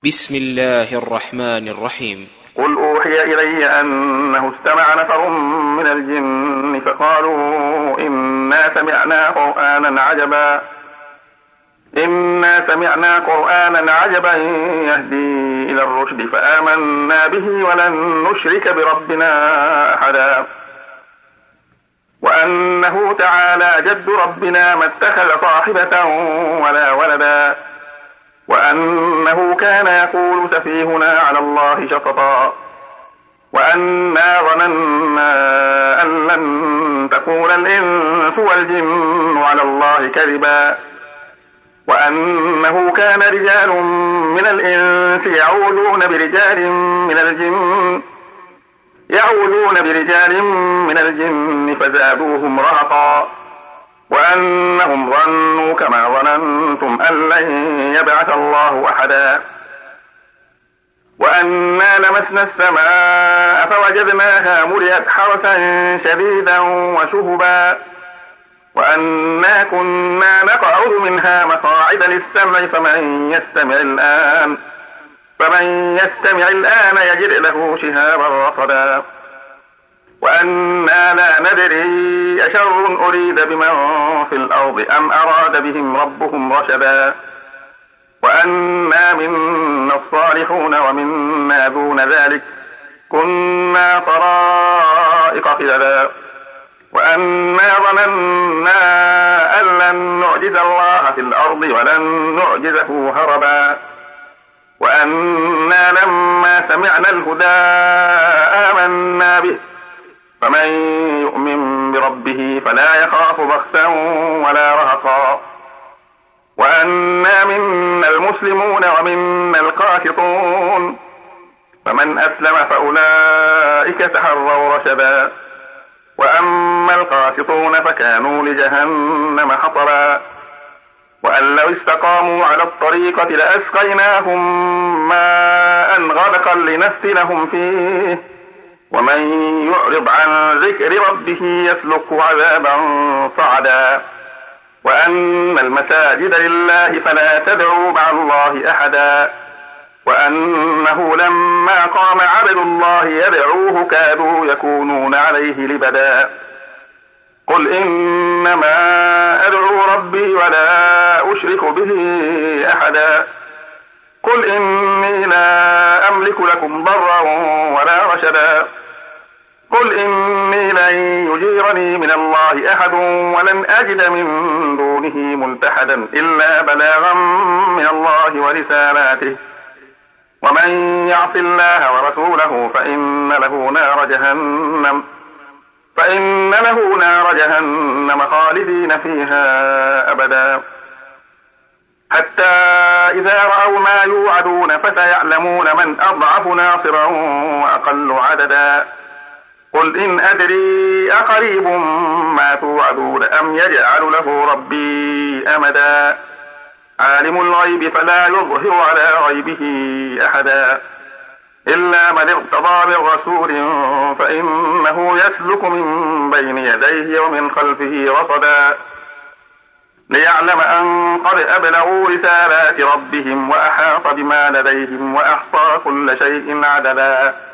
بسم الله الرحمن الرحيم. قل أوحي إلي أنه استمع نفر من الجن فقالوا إنا سمعنا قرآنا عجبا يهدي إلى الرشد فآمنا به ولن نشرك بربنا أحدا وأنه تعالى جد ربنا ما اتخذ صاحبة ولا ولدا وأنه كان يقول سفيهنا على الله شططا وأنا ظننا أن لن تقول الإنس والجن على الله كذبا وأنه كان رجال من الإنس يعوذون برجال من الجن فزادوهم رهقا وأنهم ظنوا كما ظننتم أن لن يبعث الله أحدا وأنا لمسنا السماء فوجدناها ملئت حرسا شديدا وشهبا وأنا كنا نقعد منها مقاعد للسمع فمن يستمع الآن يجد له شهابا رصدا وأنا لا ندري أشر أريد بمن في الأرض أم أراد بهم ربهم رشدا وأنا منا الصالحون ومنا دون ذلك كنا طرائق قددا وأنا ظننا أن لن نعجز الله في الأرض ولن نعجزه هربا وأنا لما سمعنا الهدى آمنا به فمن يؤمن بربه فلا يخاف بخسا ولا رهقا وأنا منا المسلمون ومنا القاسطون فمن أسلم فأولئك تحروا رشدا وأما القاسطون فكانوا لجهنم حطبا وأن لو استقاموا على الطريقة لأسقيناهم ماء غدقا لنفتنهم فيه ومن يعرض عن ذكر ربه يسلكه عذابا صعدا وأن المساجد لله فلا تدعوا مع الله أحدا وأنه لما قام عبد الله يدعوه كادوا يكونون عليه لبدا قل إنما أدعو ربي ولا أشرك به أحدا قل إني لا أملك لكم ضرا ولا رشدا قل إني لن يجيرني من الله أحد ولن أجد من دونه ملتحدا إلا بلاغا من الله ورسالاته ومن يعص الله ورسوله فإن له نار جهنم خالدين فيها أبدا حتى إذا رأوا ما يوعدون فسيعلمون من أضعف ناصرا وأقل عددا قل إن أدري أقريب ما توعدون أم يجعل له ربي أمدا عالم الغيب فلا يظهر على غيبه أحدا إلا من ارتضى من رسول فإنه يسلك من بين يديه ومن خلفه رصدا ليعلم أن قد أبلغوا رسالات ربهم وأحاط بما لديهم وأحصى كل شيء عددا